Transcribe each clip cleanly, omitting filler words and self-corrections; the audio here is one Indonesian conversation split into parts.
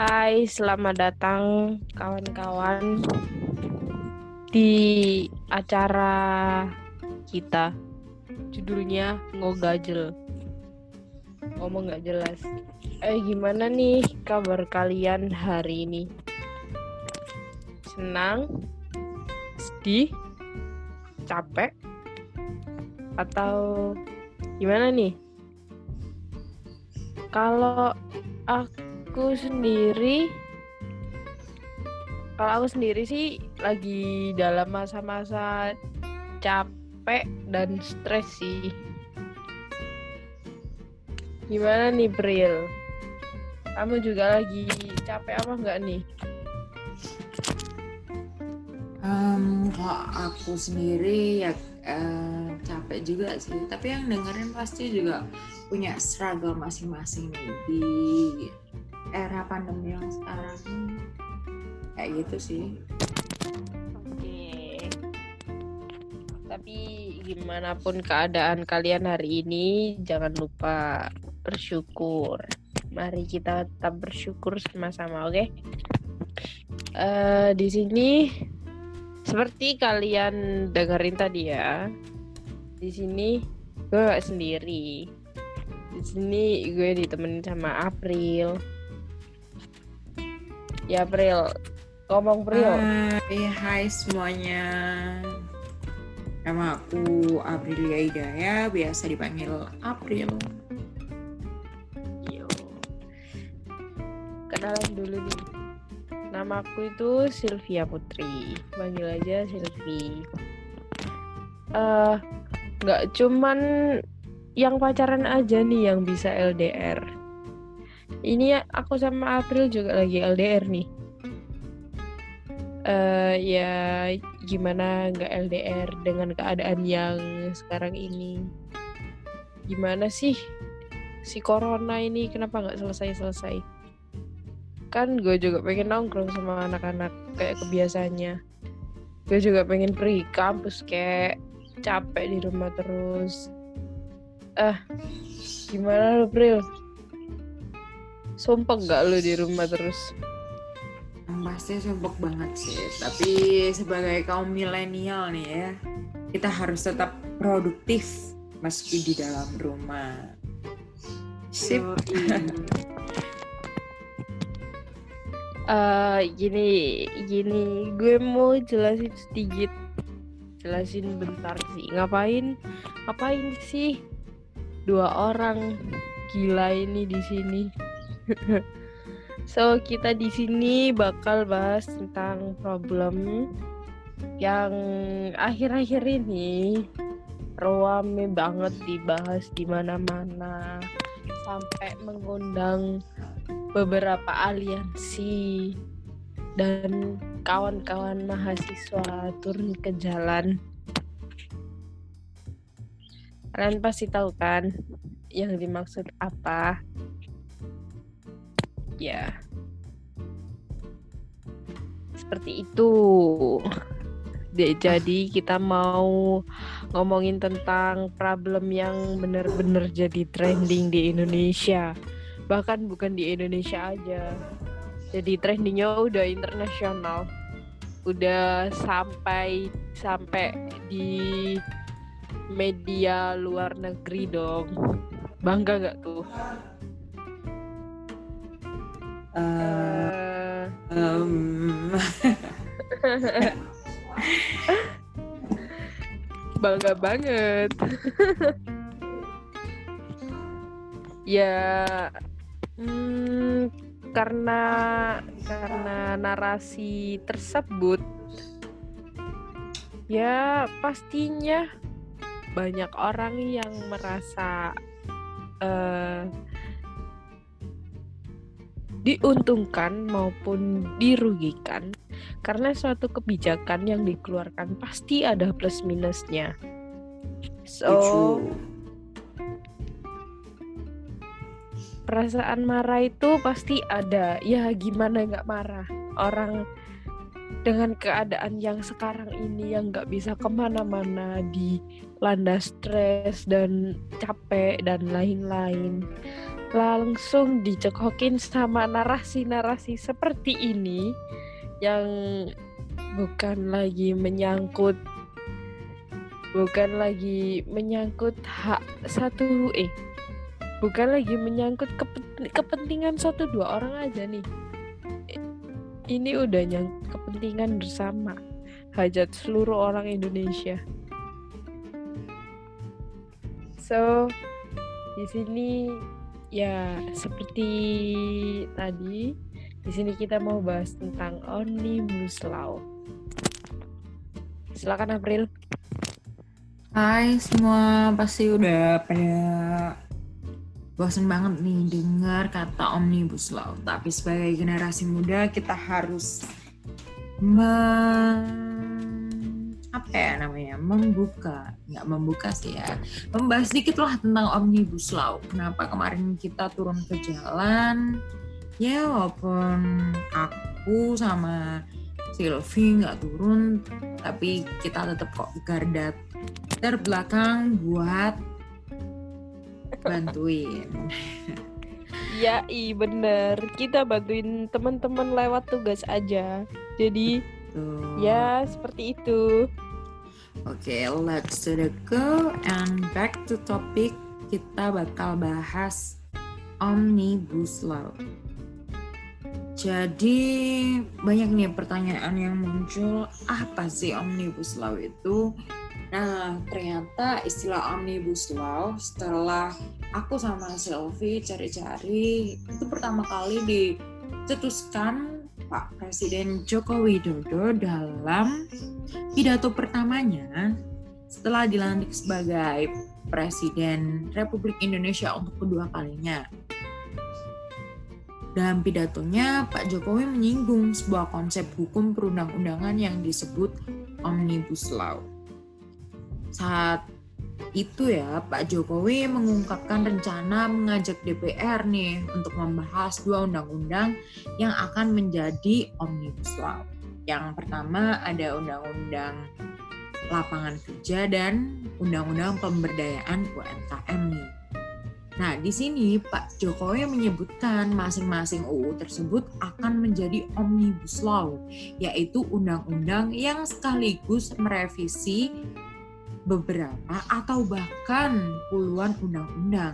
Hai, selamat datang kawan-kawan di acara kita. Judulnya Ngogajel. Ngomong nggak jelas. Gimana nih kabar kalian hari ini? Senang? Sedih? Capek? Atau gimana nih? Kalau aku sendiri sih lagi dalam masa-masa capek dan stres sih. Gimana nih, Bril? Kamu juga lagi capek apa enggak nih? Kalau aku sendiri ya capek juga sih. Tapi yang dengerin pasti juga punya struggle masing-masing nih di era pandemi yang sekarang. Kayak gitu sih. Oke. Tapi gimana pun keadaan kalian hari ini, jangan lupa bersyukur. Mari kita tetap bersyukur sama-sama, oke? Di sini seperti kalian dengerin tadi ya. Di sini gue gak sendiri. Di sini gue ditemenin sama April. Ya, April. Ngomong, April. Hai semuanya. Nama aku Aprilia Hidayah, biasa dipanggil April. Yo. Kenalan dulu nih. Nama aku itu Sylvia Putri. Panggil aja Sylvie. Nggak cuman yang pacaran aja nih yang bisa LDR. Ini aku sama April juga lagi LDR nih. Ya gimana nggak LDR dengan keadaan yang sekarang ini? Gimana sih si corona ini kenapa nggak selesai-selesai? Kan gue juga pengen nongkrong sama anak-anak kayak kebiasaannya. Gue juga pengen pergi kampus kayak capek di rumah terus. Gimana lo, Pril? Sumpah gak lo di rumah terus? Pasti sumpek banget sih. Tapi sebagai kaum milenial nih ya, kita harus tetap produktif meski di dalam rumah. Sip. Gini, gue mau jelasin sedikit. Jelasin bentar sih. Ngapain sih dua orang gila ini di sini? So, kita di sini bakal bahas tentang problem yang akhir-akhir ini rame banget dibahas di mana-mana sampai mengundang beberapa aliansi dan kawan-kawan mahasiswa turun ke jalan. Kalian pasti tahu kan yang dimaksud apa? Ya, seperti itu. Jadi kita mau ngomongin tentang problem yang benar-benar jadi trending di Indonesia. Bahkan bukan di Indonesia aja. Jadi trendingnya udah internasional. Udah sampai di media luar negeri dong. Bangga gak tuh? Bangga banget. Ya, karena narasi tersebut, ya pastinya banyak orang yang merasa diuntungkan maupun dirugikan karena suatu kebijakan yang dikeluarkan pasti ada plus minusnya. So, perasaan marah itu pasti ada. Ya gimana nggak marah? Orang dengan keadaan yang sekarang ini yang nggak bisa kemana-mana, dilanda stres dan capek dan lain-lain, langsung dicekokin sama narasi-narasi seperti ini yang bukan lagi menyangkut hak bukan lagi menyangkut kepentingan 1-2 orang aja nih. Ini udah kepentingan bersama, hajat seluruh orang Indonesia. So, di sini ya seperti tadi, di sini kita mau bahas tentang Omnibus Law. Silakan April. Hai semua, pasti udah pada bosan banget nih dengar kata Omnibus Law. Tapi sebagai generasi muda kita harus membahas dikit lah tentang Omnibus Law. Kenapa kemarin kita turun ke jalan? Ya walaupun aku sama Sylvie nggak turun, tapi kita tetap kok garda terbelakang buat bantuin. Ya, bener. Kita bantuin teman-teman lewat tugas aja. Jadi, ya seperti itu. Oke, let's do the go and back to topic. Kita bakal bahas Omnibus Law. Jadi banyak nih pertanyaan yang muncul, apa sih Omnibus Law itu? Nah, ternyata istilah Omnibus Law setelah aku sama Sylvie cari-cari, itu pertama kali dicetuskan Pak Presiden Joko Widodo dalam pidato pertamanya setelah dilantik sebagai Presiden Republik Indonesia untuk kedua kalinya. Dalam pidatonya, Pak Jokowi menyinggung sebuah konsep hukum perundang-undangan yang disebut Omnibus Law. Saat itu ya, Pak Jokowi mengungkapkan rencana mengajak DPR nih untuk membahas 2 undang-undang yang akan menjadi Omnibus Law. Yang pertama ada Undang-Undang Lapangan Kerja dan Undang-Undang Pemberdayaan UMKM nih. Nah, di sini Pak Jokowi menyebutkan masing-masing UU tersebut akan menjadi Omnibus Law, yaitu undang-undang yang sekaligus merevisi beberapa atau bahkan puluhan undang-undang.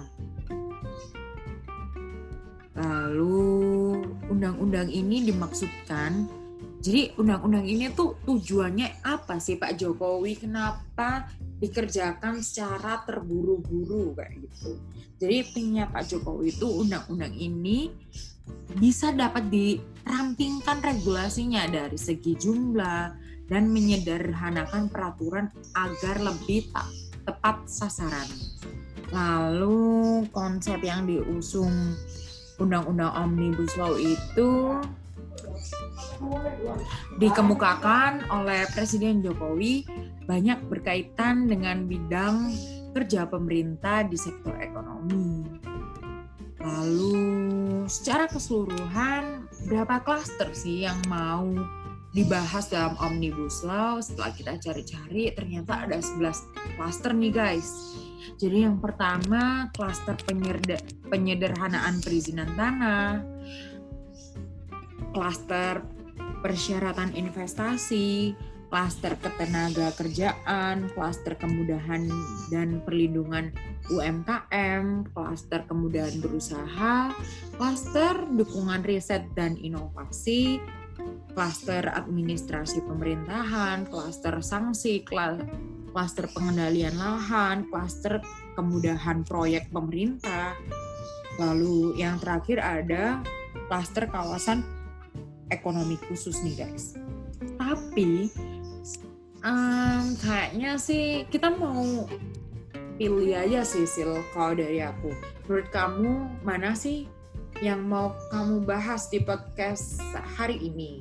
Lalu undang-undang ini dimaksudkan, jadi undang-undang ini tuh tujuannya apa sih Pak Jokowi? Kenapa dikerjakan secara terburu-buru kayak gitu? Jadi pengennya Pak Jokowi itu undang-undang ini bisa dapat dirampingkan regulasinya dari segi jumlah dan menyederhanakan peraturan agar lebih tepat sasaran. Lalu konsep yang diusung Undang-Undang Omnibus Law itu dikemukakan oleh Presiden Jokowi banyak berkaitan dengan bidang kerja pemerintah di sektor ekonomi. Lalu secara keseluruhan berapa klaster sih yang mau dibahas dalam Omnibus Law? Setelah kita cari-cari ternyata ada 11 klaster nih guys. Jadi yang pertama klaster penyederhanaan perizinan tanah, klaster persyaratan investasi, klaster ketenaga kerjaan, klaster kemudahan dan perlindungan UMKM, klaster kemudahan berusaha, klaster dukungan riset dan inovasi, klaster administrasi pemerintahan, klaster sanksi, klaster pengendalian lahan, klaster kemudahan proyek pemerintah. Lalu yang terakhir ada klaster kawasan ekonomi khusus nih guys. Tapi kayaknya sih kita mau pilih aja sih Sil, kalau dari aku. Menurut kamu mana sih yang mau kamu bahas di podcast hari ini?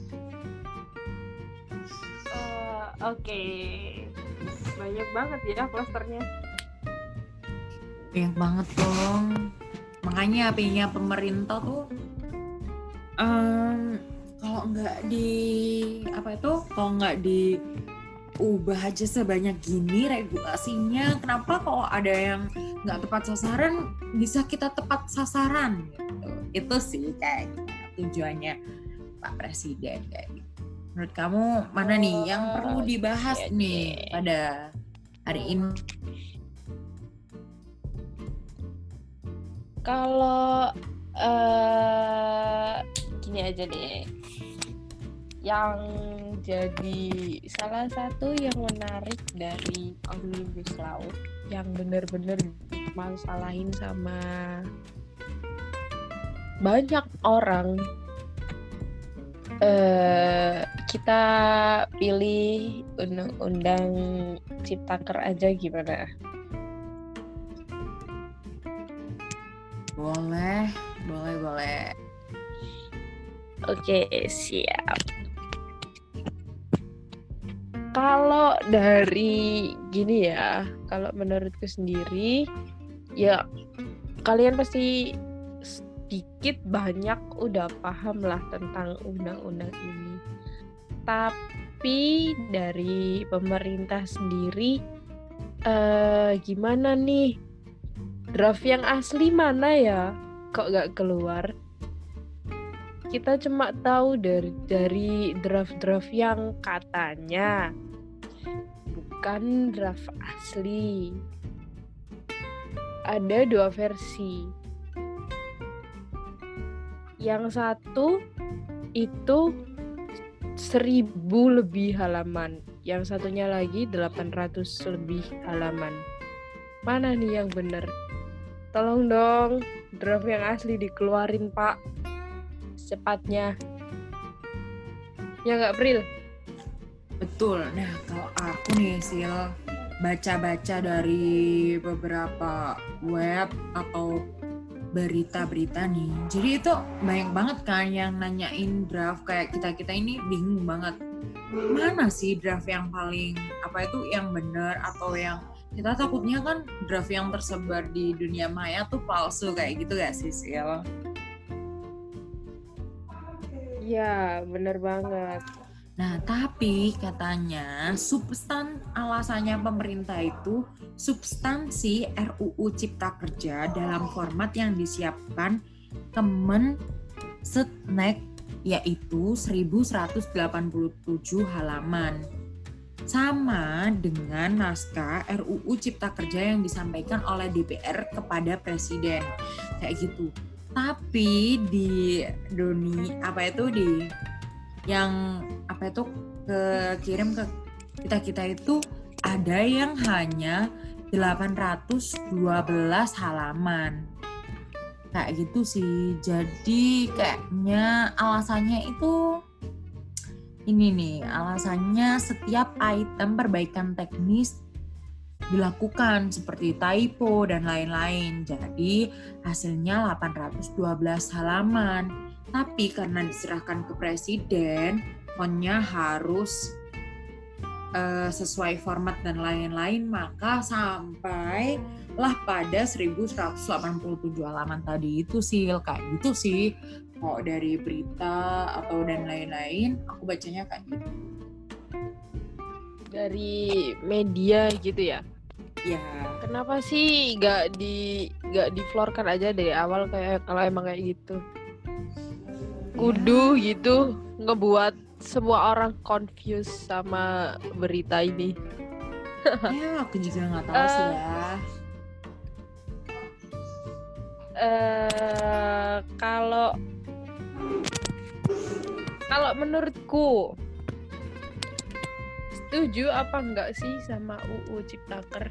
Oke. Banyak banget ya klasternya. Banyak banget dong. Makanya pengennya pemerintah tuh kalau nggak kalau nggak diubah aja sebanyak gini regulasinya, kenapa kalau ada yang nggak tepat sasaran bisa kita tepat sasaran gitu. Itu sih kayak tujuannya Pak Presiden kayak gitu. Menurut kamu mana nih yang perlu dibahas nih pada hari ini? Kalau gini aja deh, yang jadi salah satu yang menarik dari Omnibus Law yang benar-benar masalahin sama banyak orang, kita pilih undang-undang Ciptaker aja gimana? Boleh. Oke, siap. Kalau dari gini ya, kalau menurutku sendiri, ya kalian pasti sedikit banyak udah paham lah tentang undang-undang ini. Tapi dari pemerintah sendiri, gimana nih? Draft yang asli mana ya? Kok gak keluar? Kita cuma tahu dari draft-draft yang katanya bukan draft asli. Ada 2 versi. Yang satu itu 1000 lebih halaman. Yang satunya lagi 800 lebih halaman. Mana nih yang benar? Tolong dong, draft yang asli dikeluarin, Pak. Secepatnya. Ya nggak, Pril? Betul. Nah, kalau aku nih, Sil, baca-baca dari beberapa web atau berita-berita nih. Jadi itu banyak banget kan yang nanyain draft, kayak kita-kita ini bingung banget. Mana sih draft yang paling yang benar atau yang kita takutnya kan draft yang tersebar di dunia maya tuh palsu kayak gitu gak sih, Sil? Iya, benar banget. Nah, tapi katanya alasannya pemerintah itu substansi RUU Cipta Kerja dalam format yang disiapkan Kemensetnek yaitu 1187 halaman. Sama dengan naskah RUU Cipta Kerja yang disampaikan oleh DPR kepada Presiden. Kayak gitu. Tapi kirim ke kita itu ada yang hanya 812 halaman. Kayak gitu sih. Jadi kayaknya alasannya itu ini nih, alasannya setiap item perbaikan teknis dilakukan seperti typo dan lain-lain. Jadi hasilnya 812 halaman. Tapi karena diserahkan ke presiden, fontnya harus sesuai format dan lain-lain, maka sampailah pada 1187 halaman tadi itu sih, kayak gitu sih. Kalau dari berita atau dan lain-lain, aku bacanya kayak gitu. Dari media gitu ya? Ya. Kenapa sih nggak diflorkan aja dari awal kayak kalau emang kayak gitu? Kudu gitu ngebuat semua orang confused sama berita ini. Ya, aku juga nggak tahu sih ya. Kalau menurutku, setuju apa enggak sih sama UU Ciptaker?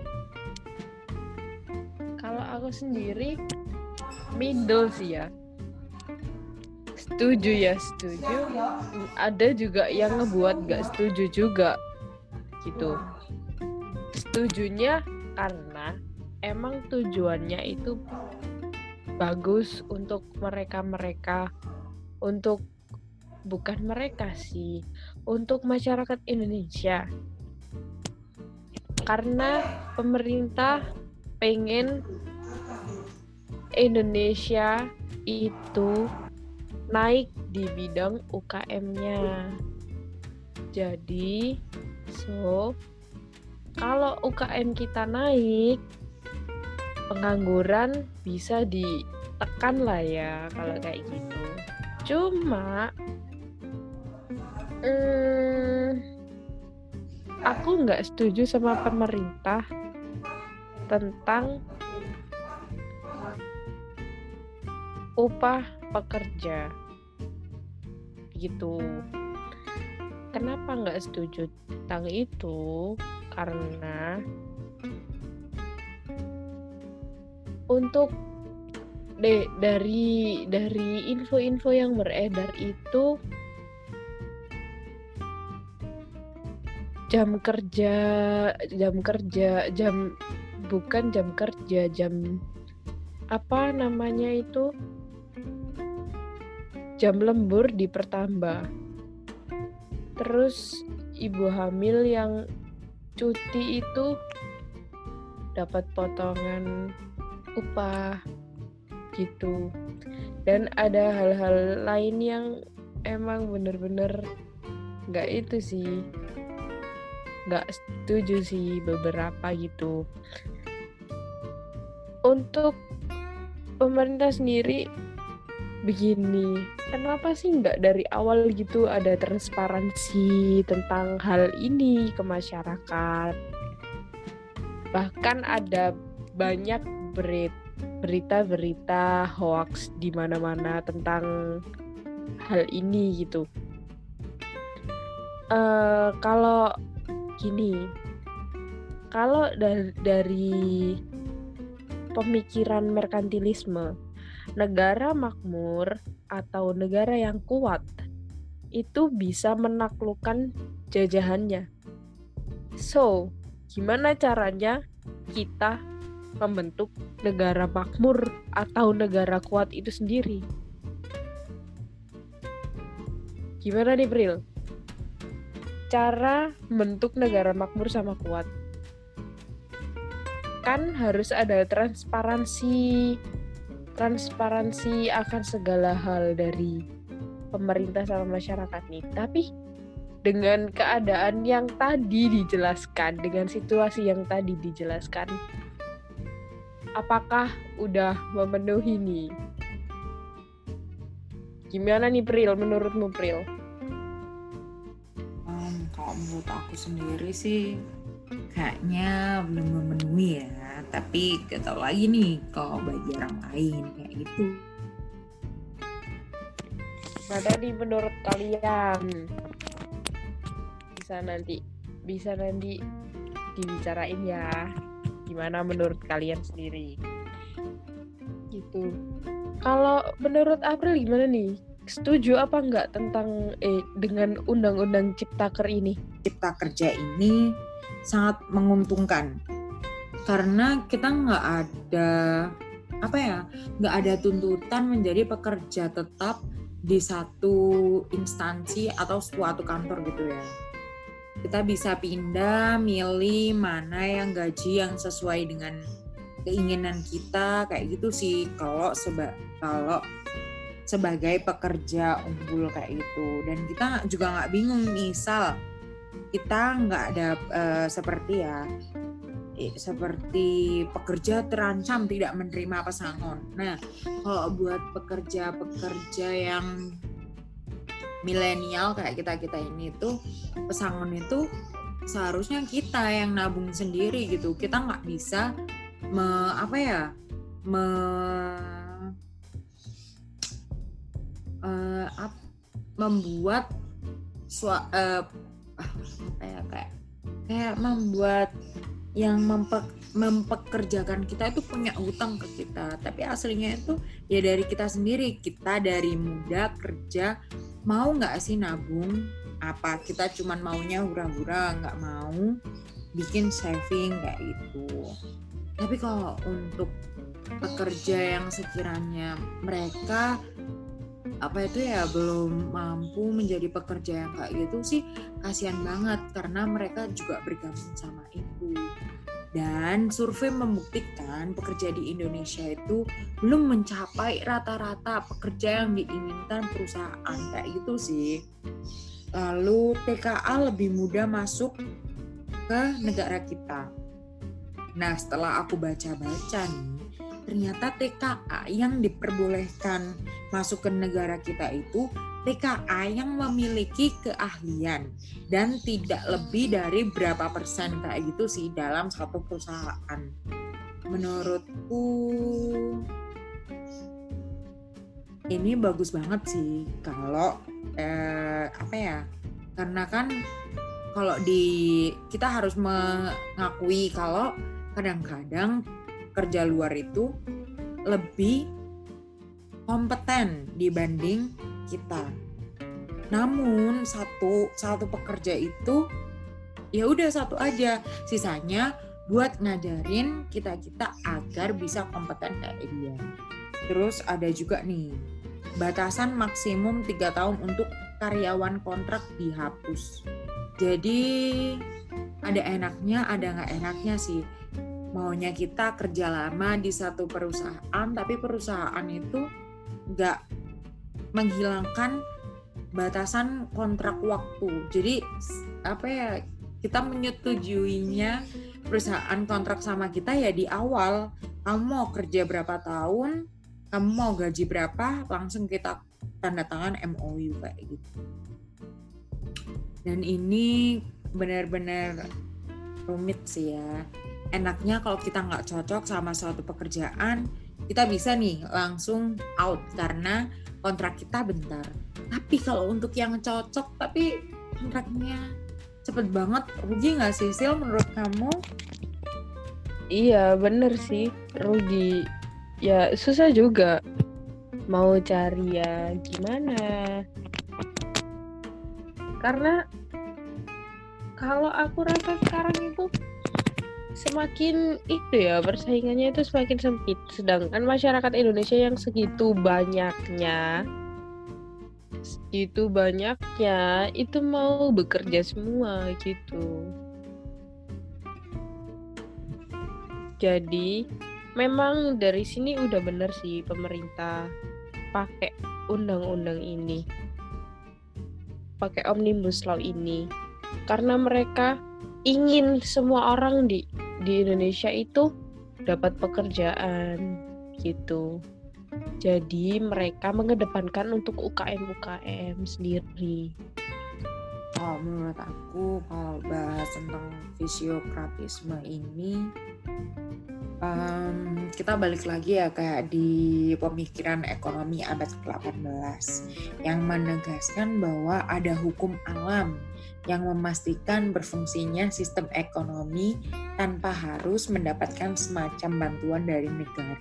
Kalau aku sendiri middle sih ya. Setuju. Ada juga yang ngebuat nggak setuju juga gitu. Setujunya karena emang tujuannya itu bagus untuk mereka, untuk bukan mereka sih, untuk masyarakat Indonesia. Karena pemerintah pengen Indonesia itu naik di bidang UKM-nya. Jadi kalau UKM kita naik, pengangguran bisa ditekan lah ya kalau kayak gitu. Cuma aku nggak setuju sama pemerintah tentang upah pekerja gitu. Kenapa nggak setuju tentang itu? Karena untuk dari info-info yang beredar itu jam lembur dipertambah. Terus ibu hamil yang cuti itu dapat potongan upah gitu. Dan ada hal-hal lain yang emang bener-bener nggak setuju sih beberapa gitu. Untuk pemerintah sendiri begini, kenapa sih nggak dari awal gitu ada transparansi tentang hal ini ke masyarakat? Bahkan ada banyak berita-berita hoax di mana-mana tentang hal ini gitu. Kalau dari pemikiran merkantilisme, negara makmur atau negara yang kuat itu bisa menaklukkan jajahannya. So, gimana caranya kita membentuk negara makmur atau negara kuat itu sendiri? Gimana nih, Bril? Cara membentuk negara makmur sama kuat. Kan harus ada transparansi akan segala hal dari pemerintah sama masyarakat nih. Tapi dengan keadaan yang tadi dijelaskan, dengan situasi yang tadi dijelaskan, apakah udah memenuhi nih? Gimana nih, Pril? Menurutmu, Pril? Kalau menurut aku sendiri sih kayaknya belum memenuhi ya. Tapi gak tahu lagi nih kalau bagi orang lain kayak gitu. Mana nih menurut kalian? Bisa nanti dibicarain ya. Gimana menurut kalian sendiri? Gitu. Kalau menurut April gimana nih? Setuju apa enggak tentang dengan undang-undang Ciptaker ini? Cipta kerja ini sangat menguntungkan karena kita nggak ada tuntutan menjadi pekerja tetap di satu instansi atau suatu kantor gitu ya. Kita bisa pindah, milih mana yang gaji yang sesuai dengan keinginan kita kayak gitu sih kalau sebagai pekerja unggul kayak gitu. Dan kita juga nggak bingung misal kita nggak ada seperti pekerja terancam tidak menerima pesangon. Nah, kalau buat pekerja yang milenial kayak kita ini tuh, pesangon itu seharusnya kita yang nabung sendiri gitu. Kita nggak bisa membuat kayak membuat yang mempekerjakan kita itu punya hutang ke kita, tapi aslinya itu ya dari kita sendiri. Kita dari muda kerja, mau nggak sih nabung? Apa kita cuman maunya hura-hura, nggak mau bikin saving kayak gitu. Tapi kalau untuk pekerja yang sekiranya mereka belum mampu menjadi pekerja yang kayak gitu sih, kasihan banget karena mereka juga bergabung sama itu. Dan survei membuktikan pekerja di Indonesia itu belum mencapai rata-rata pekerja yang diinginkan perusahaan kayak gitu sih. lalu TKA lebih mudah masuk ke negara kita. Nah, setelah aku baca-baca nih, ternyata TKA yang diperbolehkan masuk ke negara kita itu TKA yang memiliki keahlian dan tidak lebih dari berapa persen kayak gitu sih dalam satu perusahaan. Menurutku ini bagus banget sih kalau karena kan kalau kita harus mengakui kalau kadang-kadang kerja luar itu lebih kompeten dibanding kita. Namun satu pekerja itu ya udah satu aja, sisanya buat ngajarin kita agar bisa kompeten kayak dia. Terus ada juga nih batasan maksimum 3 tahun untuk karyawan kontrak dihapus. Jadi ada enaknya, ada nggak enaknya sih. Maunya kita kerja lama di satu perusahaan, tapi perusahaan itu nggak menghilangkan batasan kontrak waktu. Jadi kita menyetujuinya perusahaan kontrak sama kita ya di awal. Kamu mau kerja berapa tahun, kamu mau gaji berapa, langsung kita tanda tangan MOU kayak gitu. Dan ini benar-benar rumit sih ya. Enaknya kalau kita nggak cocok sama suatu pekerjaan, kita bisa nih langsung out karena kontrak kita bentar. Tapi kalau untuk yang cocok tapi kontraknya cepet banget, rugi nggak sih Sil menurut kamu? Iya bener sih, rugi. Ya susah juga mau cari ya gimana. Karena kalau aku rasa sekarang itu semakin itu ya persaingannya itu semakin sempit, sedangkan masyarakat Indonesia yang segitu banyaknya itu mau bekerja semua gitu. Jadi memang dari sini udah bener sih pemerintah pakai undang-undang ini, pakai Omnibus Law ini, karena mereka ingin semua orang di Indonesia itu dapat pekerjaan gitu. Jadi mereka mengedepankan untuk UKM sendiri. Kalau menurut aku kalau bahas tentang fisiokratisme ini kita balik lagi ya kayak di pemikiran ekonomi abad ke-18 yang menegaskan bahwa ada hukum alam yang memastikan berfungsinya sistem ekonomi tanpa harus mendapatkan semacam bantuan dari negara.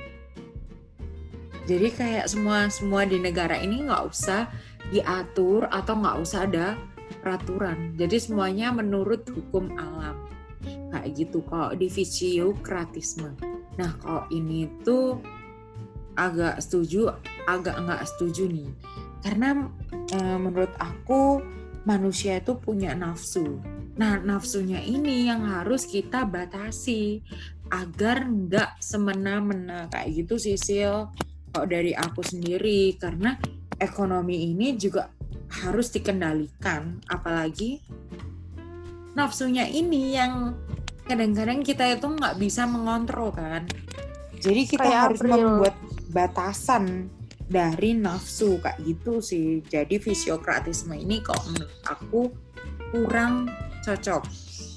Jadi kayak semua di negara ini nggak usah diatur atau nggak usah ada peraturan. Jadi semuanya menurut hukum alam. Kayak gitu kalau di fisiokratisme. Nah kalau ini tuh agak nggak setuju nih. Karena menurut aku manusia itu punya nafsu. Nah nafsunya ini yang harus kita batasi agar nggak semena-mena kayak gitu Sisil. Kalau dari aku sendiri, karena ekonomi ini juga harus dikendalikan, apalagi nafsunya ini yang kadang-kadang kita itu nggak bisa mengontrol kan. Jadi kita kayak harus membuat batasan dari nafsu kayak gitu sih. Jadi fisiokratisme ini kok menurut aku kurang cocok.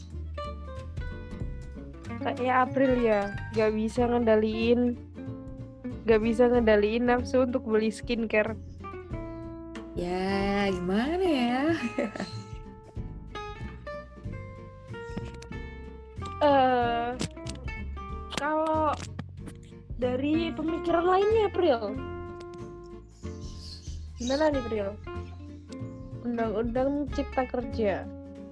Kayak April ya, nggak bisa ngendaliin nafsu untuk beli skincare. Ya gimana ya? Kalau dari pemikiran lainnya April, gimana nih April? Undang-undang Cipta Kerja.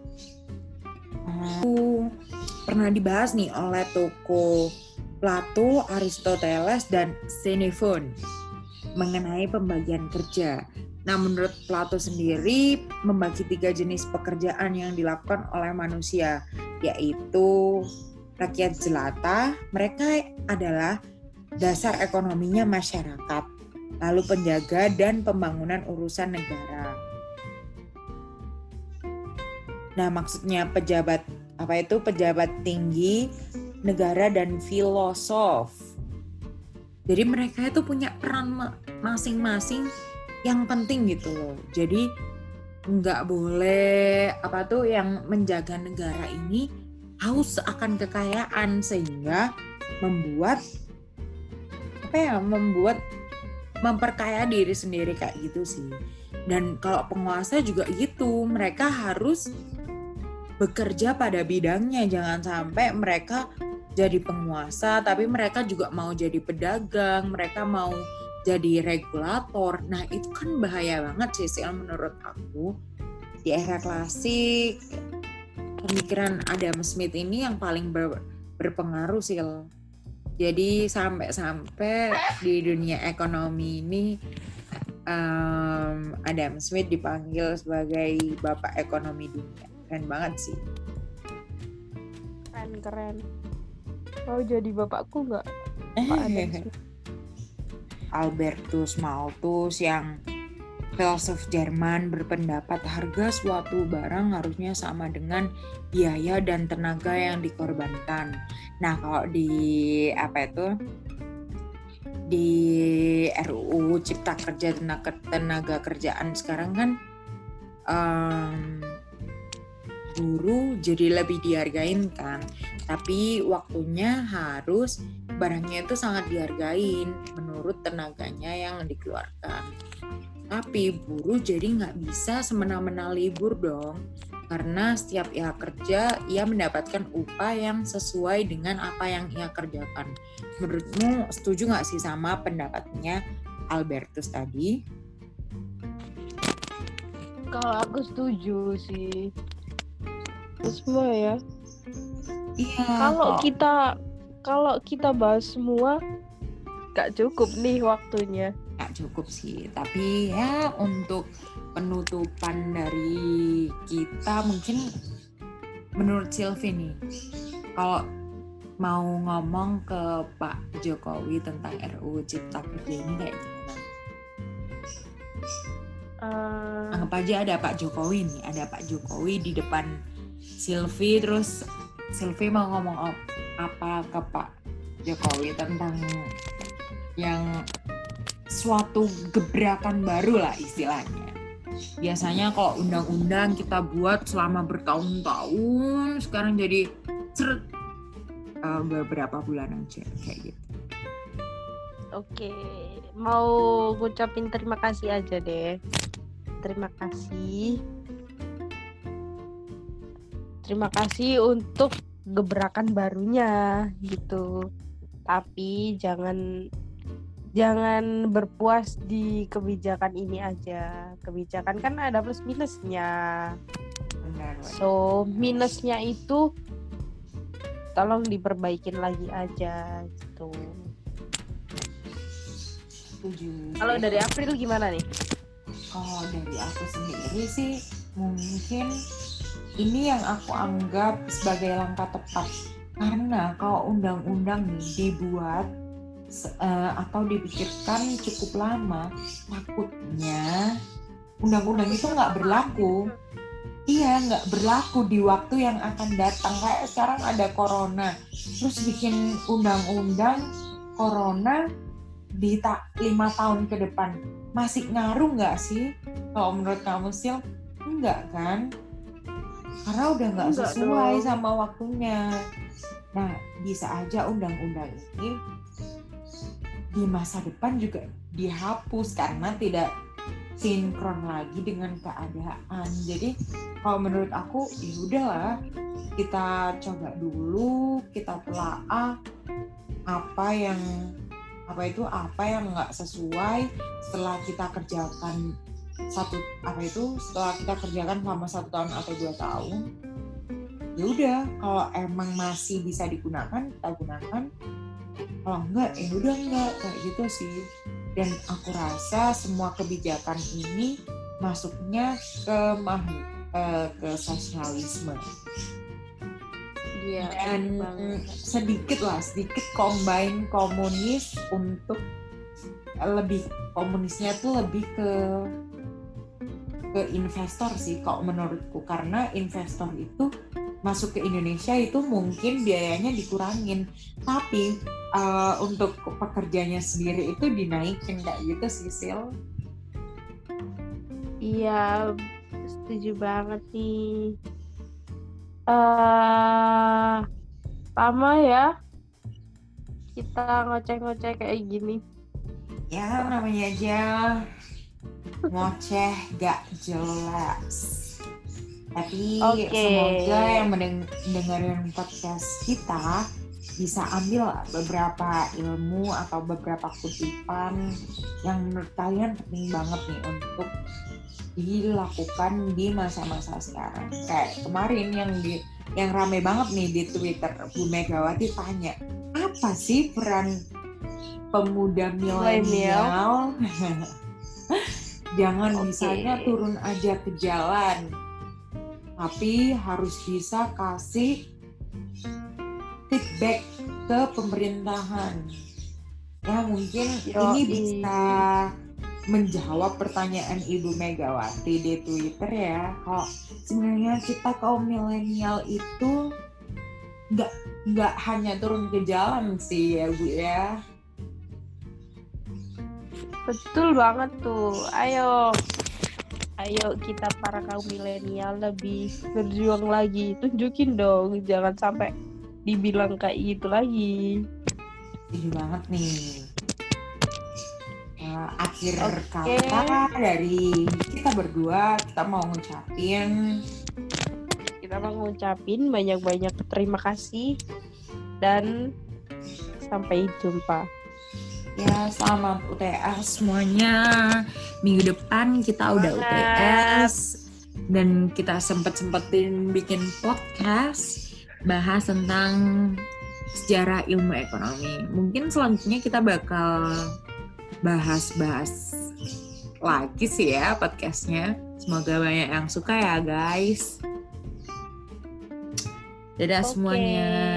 Pernah dibahas nih oleh Toko Plato, Aristoteles, dan Xenophon mengenai pembagian kerja. Nah, menurut Plato sendiri membagi 3 jenis pekerjaan yang dilakukan oleh manusia, yaitu rakyat jelata, mereka adalah dasar ekonominya masyarakat, lalu penjaga dan pembangunan urusan negara. Nah, maksudnya pejabat tinggi negara dan filosof. Jadi mereka itu punya peran masing-masing yang penting gitu loh. Jadi nggak boleh yang menjaga negara ini haus akan kekayaan sehingga membuat memperkaya diri sendiri kayak gitu sih. Dan kalau penguasa juga gitu, mereka harus bekerja pada bidangnya, jangan sampai mereka jadi penguasa tapi mereka juga mau jadi pedagang, mereka mau jadi regulator. Nah, itu kan bahaya banget sih menurut aku. Di era klasik, pemikiran Adam Smith ini yang paling berpengaruh sih. Jadi sampai di dunia ekonomi ini Adam Smith dipanggil sebagai bapak ekonomi dunia. Keren banget sih. Keren. Mau jadi bapakku nggak? Pak Adam Smith. Albertus Malthus yang filsuf Jerman berpendapat harga suatu barang harusnya sama dengan biaya dan tenaga yang dikorbankan. Nah, kalau di RUU Cipta Kerja tenaga kerjaan sekarang kan buruh jadi lebih dihargain kan, tapi waktunya harus barangnya itu sangat dihargain menurut tenaganya yang dikeluarkan. Tapi buruh jadi nggak bisa semena-mena libur dong, karena setiap ia kerja ia mendapatkan upah yang sesuai dengan apa yang ia kerjakan. Menurutmu setuju nggak sih sama pendapatnya Albertus tadi? Kalau aku setuju sih. Semua ya. Iya. Kalau kita bahas semua gak cukup nih waktunya. Gak cukup sih, tapi ya untuk penutupan dari kita mungkin menurut Sylvie nih, kalau mau ngomong ke Pak Jokowi tentang RUU Cipta Kerja ini kayak gimana? Anggap aja ada Pak Jokowi nih, ada Pak Jokowi di depan Sylvie, terus Sylvie mau ngomong apa ke Pak Jokowi tentang yang suatu gebrakan baru lah istilahnya. Biasanya kalau undang-undang kita buat selama bertahun-tahun, sekarang jadi beberapa bulan aja kayak gitu. Oke, mau ngucapin terima kasih aja deh. Terima kasih untuk gebrakan barunya gitu. Tapi jangan berpuas di kebijakan ini aja. Kebijakan kan ada plus minusnya. Benar. So minusnya itu tolong diperbaikin lagi aja gitu. Kalau dari April gimana nih? Kalau dari aku sendiri sih mungkin ini yang aku anggap sebagai langkah tepat, karena kalau undang-undang nih dibuat atau dipikirkan cukup lama, takutnya undang-undang itu nggak berlaku. Iya, nggak berlaku di waktu yang akan datang. Kayak sekarang ada corona, terus bikin undang-undang corona di 5 tahun ke depan, masih ngaruh nggak sih? Kalau menurut kamu Sil, enggak kan? Karena udah nggak sesuai sama waktunya. Nah, bisa aja undang-undang ini di masa depan juga dihapus karena tidak sinkron lagi dengan keadaan. Jadi kalau menurut aku ya udahlah, kita coba dulu, kita telaah apa yang nggak sesuai setelah kita kerjakan setelah kita kerjakan selama 1 tahun atau 2 tahun. Ya udah, kalau emang masih bisa digunakan kita gunakan, kalau enggak ya udah enggak, kayak gitu sih. Dan aku rasa semua kebijakan ini masuknya ke sosialisme. Iya. Dan sedikit combine komunis untuk lebih komunisnya tuh lebih ke ke investor sih kalau menurutku, karena investor itu masuk ke Indonesia itu mungkin biayanya dikurangin, tapi untuk pekerjanya sendiri itu dinaikin kayak gitu sih, Sil. Iya, setuju banget nih. Lama ya kita ngoceh-ngoceh kayak gini. Ya namanya aja ngoceh gak jelas. Tapi semoga yang mendengarkan podcast kita bisa ambil beberapa ilmu atau beberapa kutipan yang menurut kalian penting banget nih untuk dilakukan di masa-masa sekarang. Kayak kemarin yang rame banget nih di Twitter, Bu Megawati tanya, apa sih peran pemuda milenial? Jangan misalnya turun aja ke jalan, tapi harus bisa kasih feedback ke pemerintahan. Ya mungkin ini bisa menjawab pertanyaan Ibu Megawati di Twitter ya. Kalau sebenarnya kita kaum milenial itu nggak hanya turun ke jalan sih ya Bu ya. Betul banget tuh. Ayo kita para kaum milenial lebih berjuang lagi. Tunjukin dong, jangan sampai dibilang kayak gitu lagi. Setuju banget nih. Akhir kata dari kita berdua, kita mau ngucapin banyak-banyak terima kasih dan sampai jumpa. Ya, selamat UTS semuanya. Minggu depan kita udah UTS dan kita sempetin bikin podcast bahas tentang sejarah ilmu ekonomi. Mungkin selanjutnya kita bakal bahas lagi sih ya podcastnya. Semoga banyak yang suka ya guys. Dadah semuanya.